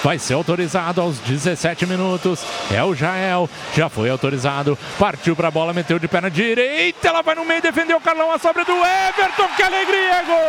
vai ser autorizado aos 17 minutos. É o Jael, já foi autorizado, partiu pra bola, meteu de perna direita, ela vai no meio, defendeu o Carlão, a sobra do Everton, que alegria, gol!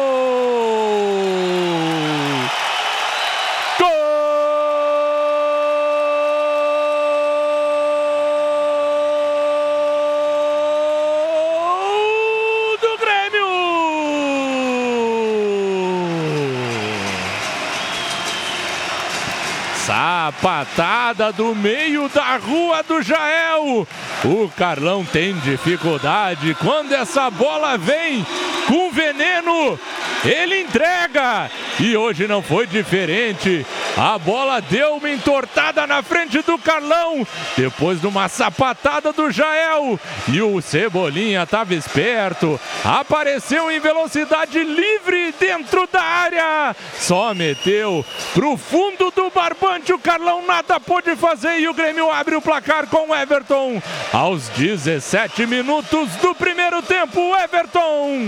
Sapatada do meio da rua do Jael. O Carlão tem dificuldade. Quando essa bola vem com veneno, ele entrega. E hoje não foi diferente. A bola deu uma entortada na frente do Carlão, depois de uma sapatada do Jael. E o Cebolinha estava esperto, apareceu em velocidade livre dentro da área. Só meteu pro fundo do barbante, o Carlão nada pôde fazer e o Grêmio abre o placar com o Everton. Aos 17 minutos do primeiro tempo, o Everton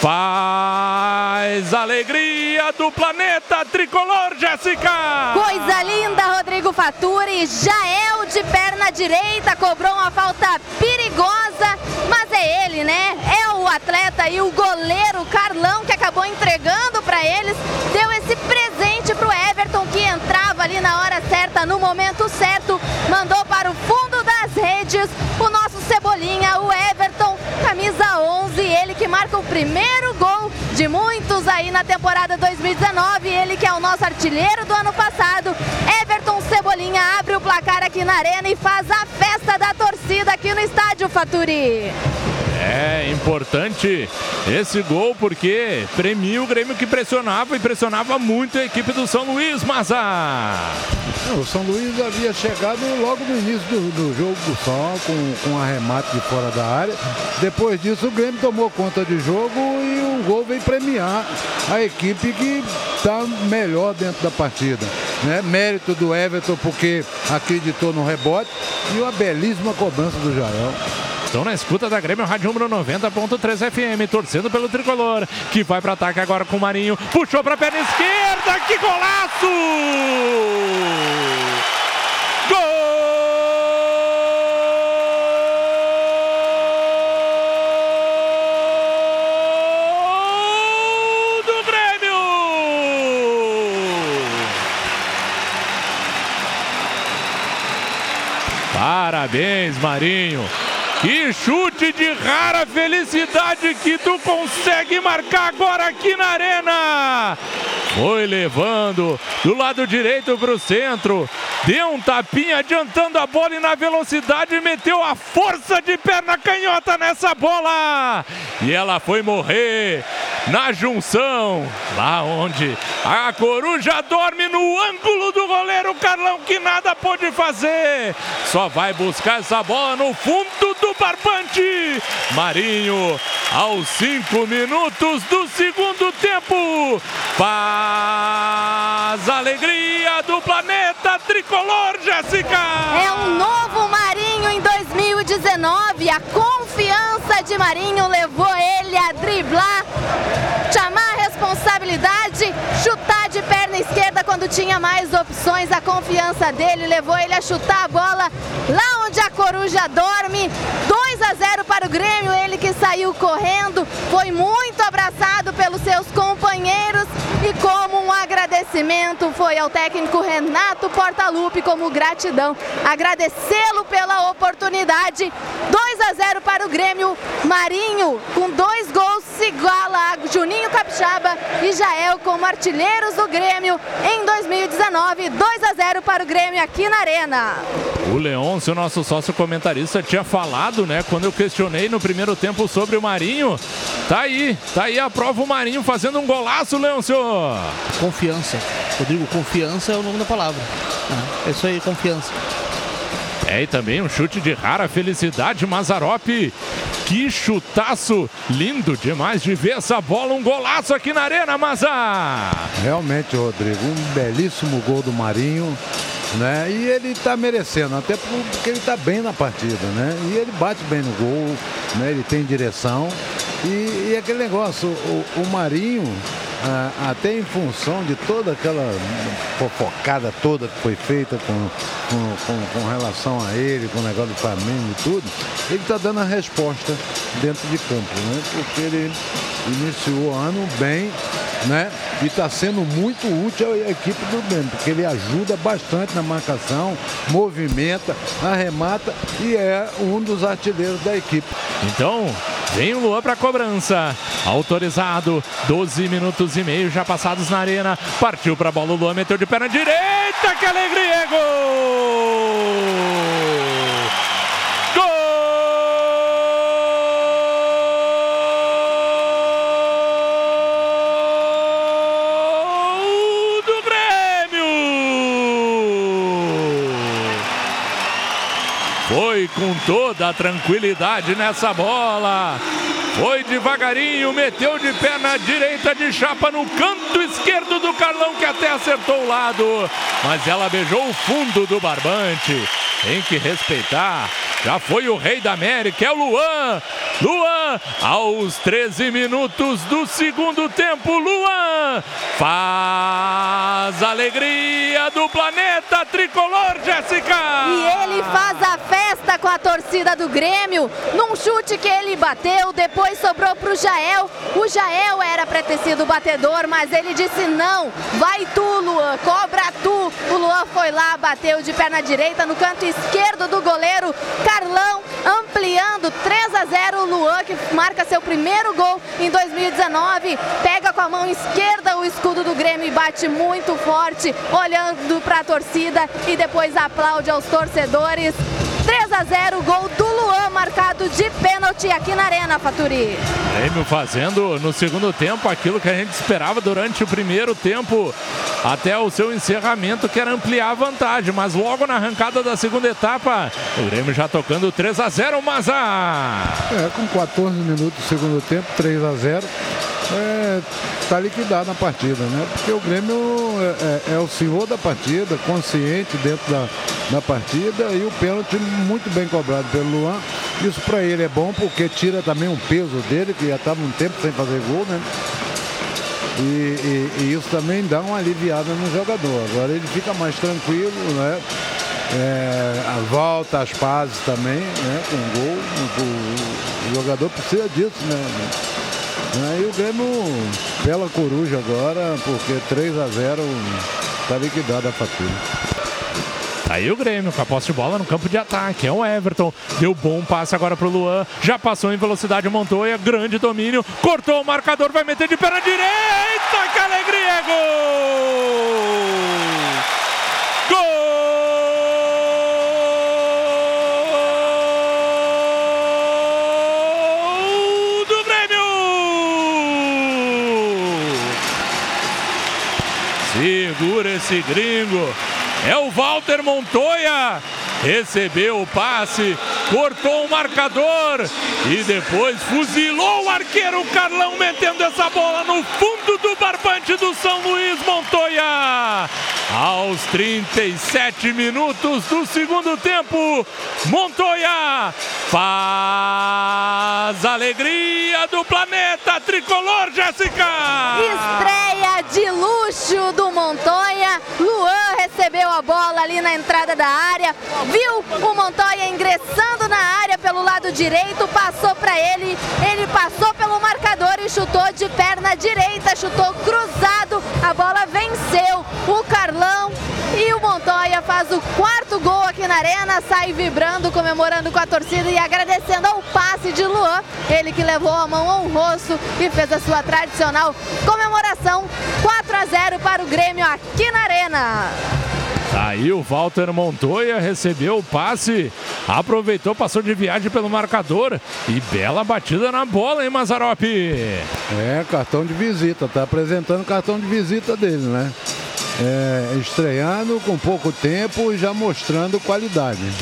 faz a alegria do planeta tricolor, Jéssica! Coisa linda, Rodrigo Faturi. Jael de perna direita cobrou uma falta perigosa, mas é ele, né? É o atleta e o goleiro Carlão que acabou entregando para eles, deu esse presente pro Everton, que entrava ali na hora certa, no momento certo, mandou para o fundo das redes o nosso Cebolinha, o Everton, camisa 11, ele que marca o primeiro gol de muitos aí na temporada 2019, ele que é o nosso artilheiro do ano passado. Everton Cebolinha abre o placar aqui na Arena e faz a festa da torcida aqui no estádio, Faturi. É importante esse gol porque premia o Grêmio que pressionava e pressionava muito a equipe do São Luís, Maza. O São Luís havia chegado logo no início do jogo do São, com um arremate de fora da área. Depois disso o Grêmio tomou conta de jogo e o gol veio premiar a equipe que está melhor dentro da partida, né? Mérito do Everton porque acreditou no rebote e uma belíssima cobrança do Jael. Estão na escuta da Grêmio Rádio Número 90.3 FM, torcendo pelo tricolor, que vai para ataque agora com o Marinho, puxou para a perna esquerda, que golaço! Gol do Grêmio! Parabéns, Marinho! Que chute de rara felicidade que tu consegue marcar agora aqui na Arena. Foi levando do lado direito para o centro. Deu um tapinha adiantando a bola e na velocidade meteu a força de perna canhota nessa bola. E ela foi morrer na junção, lá onde a coruja dorme, no ângulo do goleiro Carlão, que nada pôde fazer. Só vai buscar essa bola no fundo do barbante. Marinho, aos 5 minutos do segundo tempo, faz a alegria do planeta tricolor, Jéssica. É um novo Marinho em 2019. A confiança de Marinho levou ele a driblar, chamar a responsabilidade, chutar de perna esquerda quando tinha mais opções. A confiança dele levou ele a chutar a bola lá onde a coruja dorme. 2-0 para o Grêmio, ele que saiu correndo, foi muito abraçado pelos seus companheiros e como um agradecimento foi ao técnico Renato Portaluppi, como gratidão, agradecê-lo pela oportunidade. 2-0 para o Grêmio. Marinho com 2 gols se iguala a Juninho Capixaba e Jael como artilheiros do Grêmio em 2019. 2-0 para o Grêmio aqui na Arena. O Leôncio, nosso sócio comentarista, tinha falado, né, quando eu questionei no primeiro tempo sobre o Marinho. Tá aí a prova, o Marinho fazendo um golaço, Leôncio. Confiança, Rodrigo, confiança é o nome da palavra. É isso aí, confiança. É, e também um chute de rara felicidade, Mazzaropi. Que chutaço lindo demais de ver essa bola, um golaço aqui na Arena, Mazza. Realmente, Rodrigo, um belíssimo gol do Marinho, né? E ele está merecendo, até porque ele está bem na partida, né? E ele bate bem no gol, né? Ele tem direção. E aquele negócio, o Marinho, até em função de toda aquela fofocada toda que foi feita com relação a ele, com o negócio do Flamengo e tudo, ele está dando a resposta dentro de campo, né? Porque ele iniciou o ano bem, né? E está sendo muito útil à equipe do Grêmio, porque ele ajuda bastante na marcação, movimenta, arremata e é um dos artilheiros da equipe. Então, vem o Luan para a cobrança. Autorizado, 12 minutos e meio já passados na arena. Partiu para a bola, o Luan meteu de perna direita, que alegria, é gol! Foi com toda a tranquilidade nessa bola. Foi devagarinho, meteu de perna direita de chapa no canto esquerdo do Carlão, que até acertou o lado. Mas ela beijou o fundo do barbante. Tem que respeitar. Já foi o rei da América, é o Luan. Luan, aos 13 minutos do segundo tempo, Luan faz a alegria do planeta tricolor, Jéssica. E ele faz a festa com a torcida do Grêmio, num chute que ele bateu, depois sobrou para o Jael. O Jael era para ter sido o batedor, mas ele disse não, vai tu, Luan, cobra tu. O Luan foi lá, bateu de perna direita no canto esquerdo do goleiro Carlão, ampliando 3-0. O Luan, que marca seu primeiro gol em 2019, pega com a mão esquerda o escudo do Grêmio e bate muito forte, olhando para a torcida e depois aplaude aos torcedores. 3-0, gol do Luan, marcado de pênalti aqui na Arena, Faturi. Grêmio fazendo no segundo tempo aquilo que a gente esperava durante o primeiro tempo, até o seu encerramento, que era ampliar a vantagem. Mas logo na arrancada da segunda etapa, o Grêmio já tocando 3-0, Maza. Com 14 minutos do segundo tempo, 3-0. Está liquidado na partida, né? Porque o Grêmio é o senhor da partida, consciente dentro da partida, e o pênalti muito bem cobrado pelo Luan. Isso para ele é bom, porque tira também um peso dele, que já estava um tempo sem fazer gol, né? E isso também dá uma aliviada no jogador. Agora ele fica mais tranquilo, né? Volta às pazes também, né? Com gol. O jogador precisa disso, né? E o Grêmio pela coruja agora, porque 3-0 está liquidada a fatura. Aí o Grêmio com a posse de bola no campo de ataque, é o Everton, deu bom passe agora pro Luan, já passou em velocidade o Montoya, grande domínio, cortou o marcador, vai meter de perna direita, que alegria, é gol! Gol! Segura esse gringo, é o Walter Montoya, recebeu o passe, cortou o marcador e depois fuzilou o arqueiro Carlão, metendo essa bola no fundo do barbante do São Luís. Montoya, aos 37 minutos do segundo tempo, Montoya faz a alegria do planeta tricolor, Jéssica. Estreia de luxo do Montoya. Luan recebeu a bola ali na entrada da área, viu o Montoya ingressando na área pelo lado direito, passou para ele, ele passou pelo marcador e chutou de perna direita, chutou cruzado, a bola venceu o Carlão e o Montoya faz o quarto gol aqui na Arena, sai vibrando, comemorando com a torcida e agradecendo ao passe de Luan, ele que levou a mão ao rosto e fez a sua tradicional comemoração. 4-0 para o Grêmio aqui na Arena. Aí o Walter Montoya recebeu o passe, aproveitou, passou de viagem pelo marcador e bela batida na bola, hein, Mazzaropi? Cartão de visita, tá apresentando o cartão de visita dele, né? Estreando com pouco tempo e já mostrando qualidade.